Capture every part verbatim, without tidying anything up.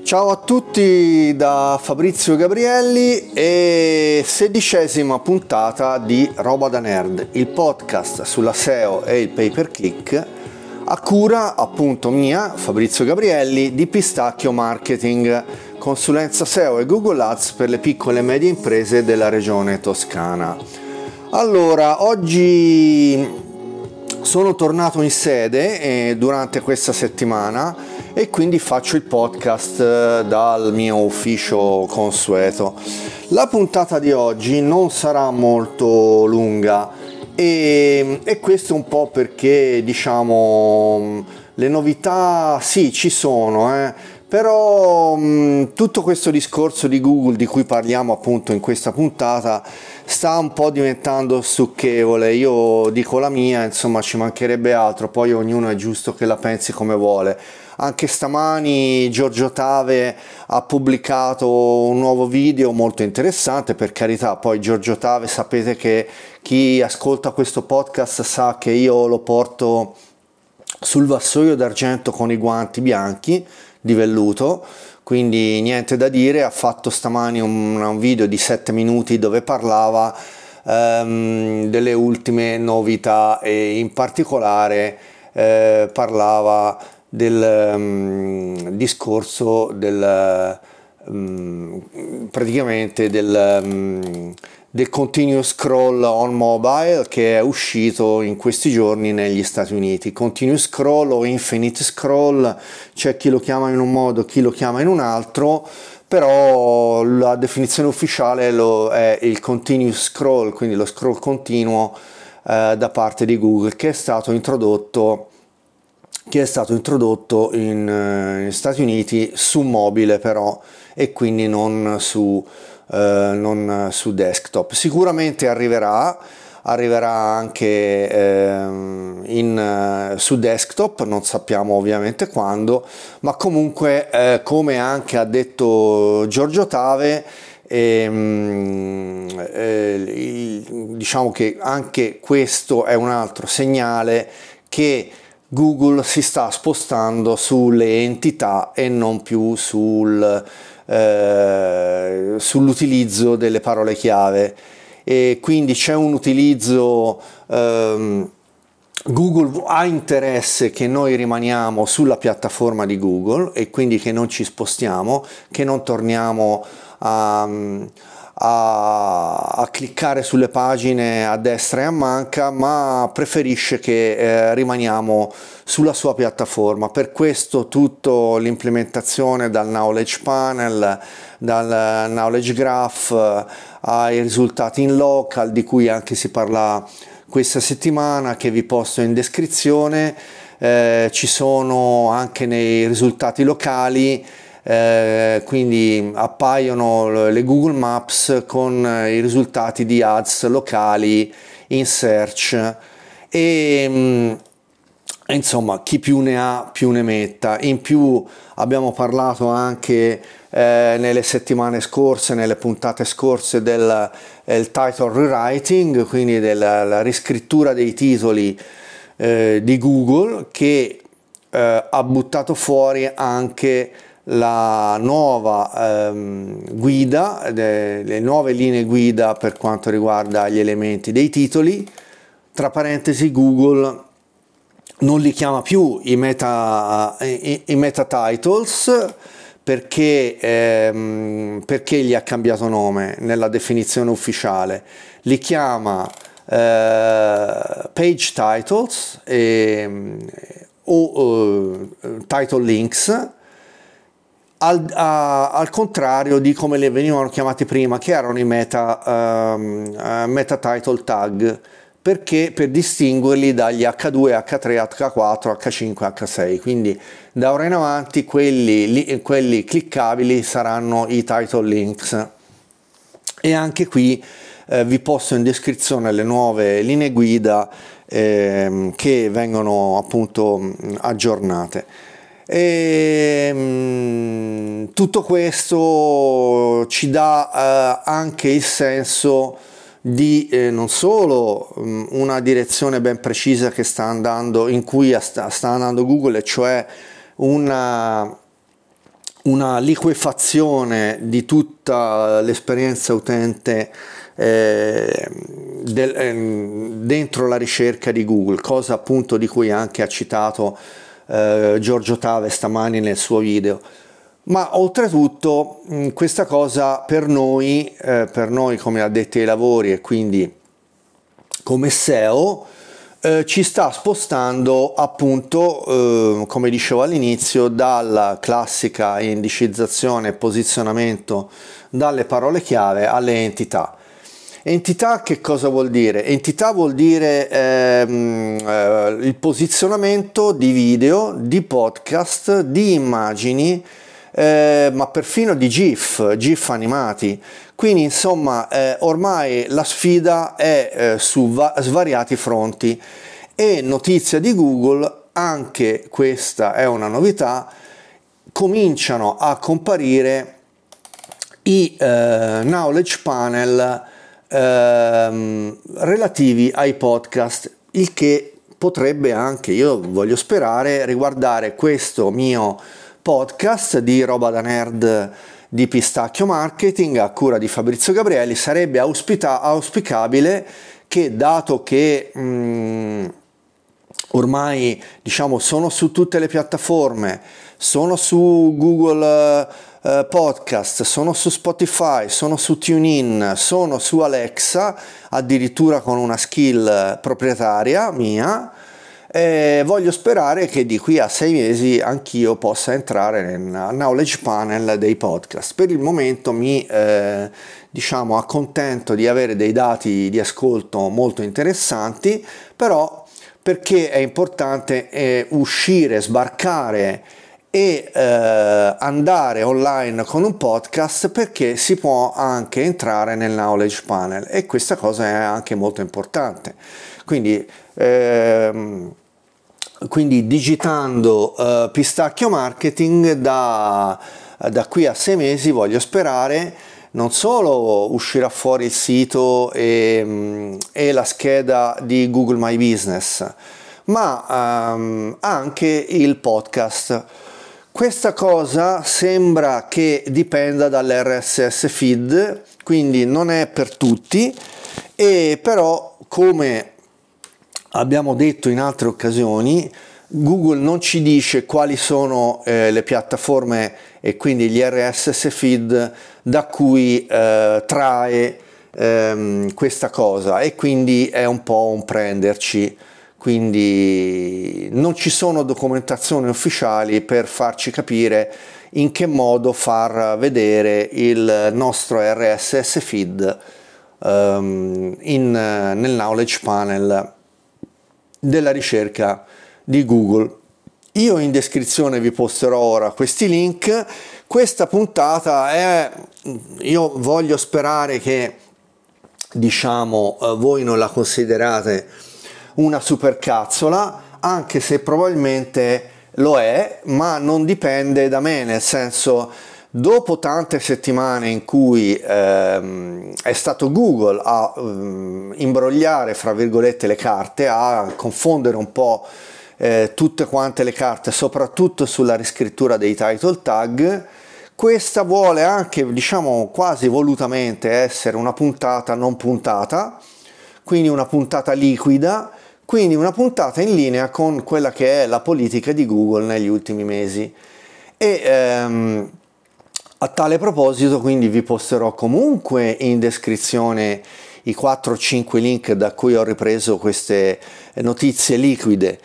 Ciao a tutti da Fabrizio Gabrielli e sedicesima puntata di Roba da Nerd, il podcast sulla S E O e il pay per click a cura appunto mia, Fabrizio Gabrielli, di Pistacchio Marketing, consulenza S E O e Google Ads per le piccole e medie imprese della regione toscana. Allora, oggi sono tornato in sede eh, durante questa settimana e quindi faccio il podcast eh, dal mio ufficio consueto. La puntata di oggi non sarà molto lunga e, e questo un po' perché diciamo le novità sì ci sono, eh, però mh, tutto questo discorso di Google di cui parliamo appunto in questa puntata sta un po' diventando stucchevole. Io dico la mia, insomma ci mancherebbe altro, poi ognuno è giusto che la pensi come vuole. Anche stamani Giorgio Tave ha pubblicato un nuovo video molto interessante, per carità. Poi Giorgio Tave, sapete che chi ascolta questo podcast sa che io lo porto sul vassoio d'argento con i guanti bianchi di velluto, quindi niente da dire. Ha fatto stamani un, un video di sette minuti dove parlava um, delle ultime novità e in particolare eh, parlava del um, discorso del um, praticamente del, um, del continuous scroll on mobile che è uscito in questi giorni negli Stati Uniti. Continuous scroll o infinite scroll, c'è chi lo chiama in un modo, chi lo chiama in un altro, però la definizione ufficiale lo è il continuous scroll, quindi lo scroll continuo eh, da parte di Google, che è stato introdotto che è stato introdotto in, uh, in Stati Uniti su mobile però, e quindi non su, uh, non su desktop. Sicuramente arriverà, arriverà anche uh, in, uh, su desktop, non sappiamo ovviamente quando, ma comunque uh, come anche ha detto Giorgio Tave, ehm, eh, diciamo che anche questo è un altro segnale che Google si sta spostando sulle entità e non più sul, eh, sull'utilizzo delle parole chiave, e quindi c'è un utilizzo, ehm, Google ha interesse che noi rimaniamo sulla piattaforma di Google e quindi che non ci spostiamo, che non torniamo a A, a cliccare sulle pagine a destra e a manca, ma preferisce che eh, rimaniamo sulla sua piattaforma. Per questo tutto l'implementazione dal knowledge panel, dal knowledge graph eh, ai risultati in local, di cui anche si parla questa settimana, che vi posto in descrizione. Eh, ci sono anche nei risultati locali. Eh, quindi appaiono le Google Maps con i risultati di ads locali in search e mh, insomma chi più ne ha più ne metta. In più abbiamo parlato anche eh, nelle settimane scorse, nelle puntate scorse del il title rewriting, quindi della riscrittura dei titoli eh, di Google, che eh, ha buttato fuori anche la nuova ehm, guida, de, le nuove linee guida per quanto riguarda gli elementi dei titoli. Tra parentesi, Google non li chiama più i meta, i, i meta titles perché, ehm, perché gli ha cambiato nome nella definizione ufficiale. Li chiama eh, page titles e, o uh, title links, Al, a, al contrario di come le venivano chiamati prima, che erano i meta, um, uh, meta title tag, perché per distinguerli dagli acca due, acca tre, acca quattro, acca cinque, acca sei. Quindi da ora in avanti quelli, li, quelli cliccabili saranno i title links. E anche qui eh, vi posto in descrizione le nuove linee guida eh, che vengono appunto aggiornate. E, mh, tutto questo ci dà eh, anche il senso di eh, non solo mh, una direzione ben precisa che sta andando, in cui sta, sta andando Google, e cioè una una liquefazione di tutta l'esperienza utente eh, del, eh, dentro la ricerca di Google, cosa appunto di cui anche ha citato eh, Giorgio Tave stamani nel suo video. Ma oltretutto mh, questa cosa per noi, eh, per noi come addetti ai lavori e quindi come S E O, eh, ci sta spostando appunto, eh, come dicevo all'inizio, dalla classica indicizzazione e posizionamento dalle parole chiave alle entità. Entità che cosa vuol dire? Entità vuol dire ehm, eh, il posizionamento di video, di podcast, di immagini, eh, ma perfino di GIF, GIF animati. Quindi insomma eh, ormai la sfida è eh, su va- svariati fronti e notizia di Google, anche questa è una novità, cominciano a comparire i eh, knowledge panel ehm, relativi ai podcast, il che potrebbe anche, io voglio sperare, riguardare questo mio podcast di Roba da Nerd di Pistacchio Marketing a cura di Fabrizio Gabrielli. Sarebbe auspita- auspicabile che, dato che mh, ormai diciamo sono su tutte le piattaforme, sono su Google eh, Podcast, sono su Spotify, sono su TuneIn, sono su Alexa, addirittura con una skill proprietaria mia, e voglio sperare che di qui a sei mesi anch'io possa entrare nel knowledge panel dei podcast. Per il momento mi eh, diciamo accontento di avere dei dati di ascolto molto interessanti, però perché è importante eh, uscire, sbarcare e eh, andare online con un podcast, perché si può anche entrare nel knowledge panel e questa cosa è anche molto importante. Quindi ehm, quindi digitando uh, Pistacchio Marketing da, da qui a sei mesi voglio sperare non solo uscirà fuori il sito e, e la scheda di Google My Business, ma um, anche il podcast. Questa cosa sembra che dipenda dall'R S S feed, quindi non è per tutti, e però, come abbiamo detto in altre occasioni, Google non ci dice quali sono eh, le piattaforme e quindi gli R S S feed da cui eh, trae ehm, questa cosa, e quindi è un po' un prenderci. Quindi non ci sono documentazioni ufficiali per farci capire in che modo far vedere il nostro R S S feed um, in, nel knowledge panel della ricerca di Google. Io in descrizione vi posterò ora questi link. Questa puntata è, io voglio sperare che diciamo voi non la considerate una supercazzola, anche se probabilmente lo è, ma non dipende da me, nel senso, dopo tante settimane in cui ehm, è stato Google a ehm, imbrogliare fra virgolette le carte, a confondere un po' eh, tutte quante le carte, soprattutto sulla riscrittura dei title tag, questa vuole anche, diciamo quasi volutamente, essere una puntata non puntata, quindi una puntata liquida, quindi una puntata in linea con quella che è la politica di Google negli ultimi mesi. E ehm, a tale proposito quindi vi posterò comunque in descrizione i quattro cinque link da cui ho ripreso queste notizie liquide,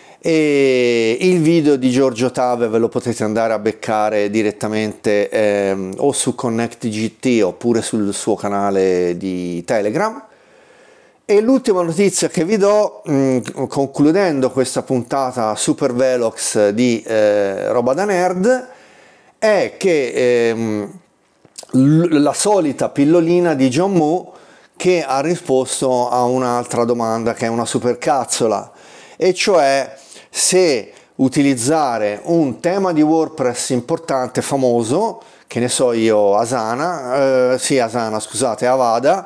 e il video di Giorgio Tave ve lo potete andare a beccare direttamente ehm, o su Connect G T oppure sul suo canale di Telegram. E l'ultima notizia che vi do, mh, concludendo questa puntata super velox di eh, Roba da Nerd, è che ehm, l- la solita pillolina di John Moo, che ha risposto a un'altra domanda che è una supercazzola, e cioè se utilizzare un tema di WordPress importante, famoso, che ne so io, Asana, eh, sì Asana scusate, Avada,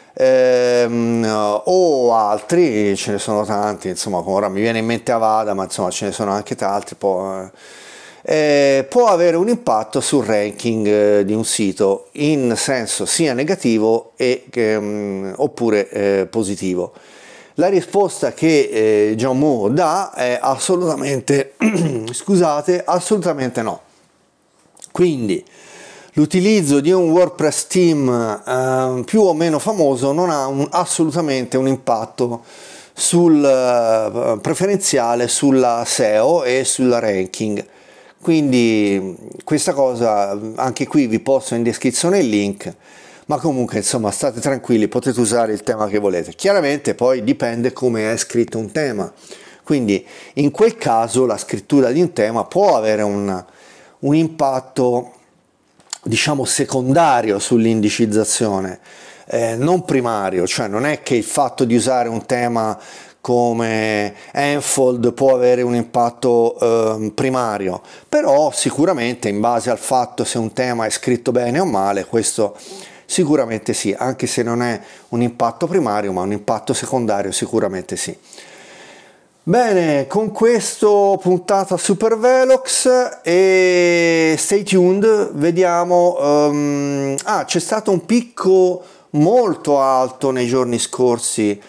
Ehm, o altri, ce ne sono tanti, insomma ora mi viene in mente Avada, ma insomma ce ne sono anche tanti, poi, eh, può avere un impatto sul ranking eh, di un sito in senso sia negativo e, eh, oppure eh, positivo. La risposta che eh, John Moore dà è assolutamente, scusate, assolutamente no. Quindi l'utilizzo di un WordPress theme eh, più o meno famoso non ha un, assolutamente un impatto sul uh, preferenziale sulla S E O e sulla ranking. Quindi questa cosa, anche qui vi posto in descrizione il link, ma comunque insomma state tranquilli, potete usare il tema che volete. Chiaramente poi dipende come è scritto un tema, quindi in quel caso la scrittura di un tema può avere un, un impatto, diciamo, secondario sull'indicizzazione, eh, non primario, cioè non è che il fatto di usare un tema come Enfold può avere un impatto eh, primario, però sicuramente in base al fatto se un tema è scritto bene o male, questo sicuramente sì, anche se non è un impatto primario ma un impatto secondario sicuramente sì. Bene, con questo puntata Super Velox e stay tuned, vediamo, um, ah c'è stato un picco molto alto nei giorni scorsi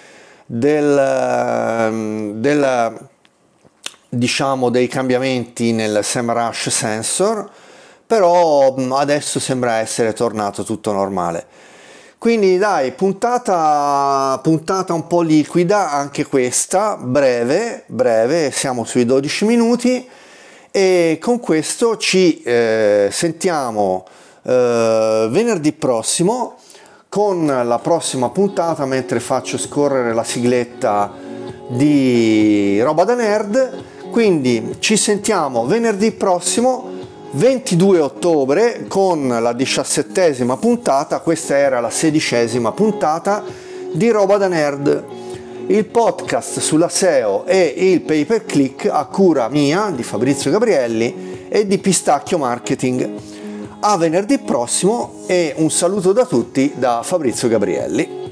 del, del diciamo dei cambiamenti nel SEMrush sensor, però adesso sembra essere tornato tutto normale. Quindi dai, puntata, puntata un po' liquida anche questa, breve, breve, siamo sui dodici minuti e con questo ci eh, sentiamo eh, venerdì prossimo con la prossima puntata, mentre faccio scorrere la sigletta di Roba da Nerd. Quindi ci sentiamo venerdì prossimo ventidue ottobre con la diciassettesima puntata, questa era la sedicesima puntata di Roba da Nerd, il podcast sulla S E O e il pay per click a cura mia, di Fabrizio Gabrielli e di Pistacchio Marketing. A venerdì prossimo e un saluto da tutti da Fabrizio Gabrielli.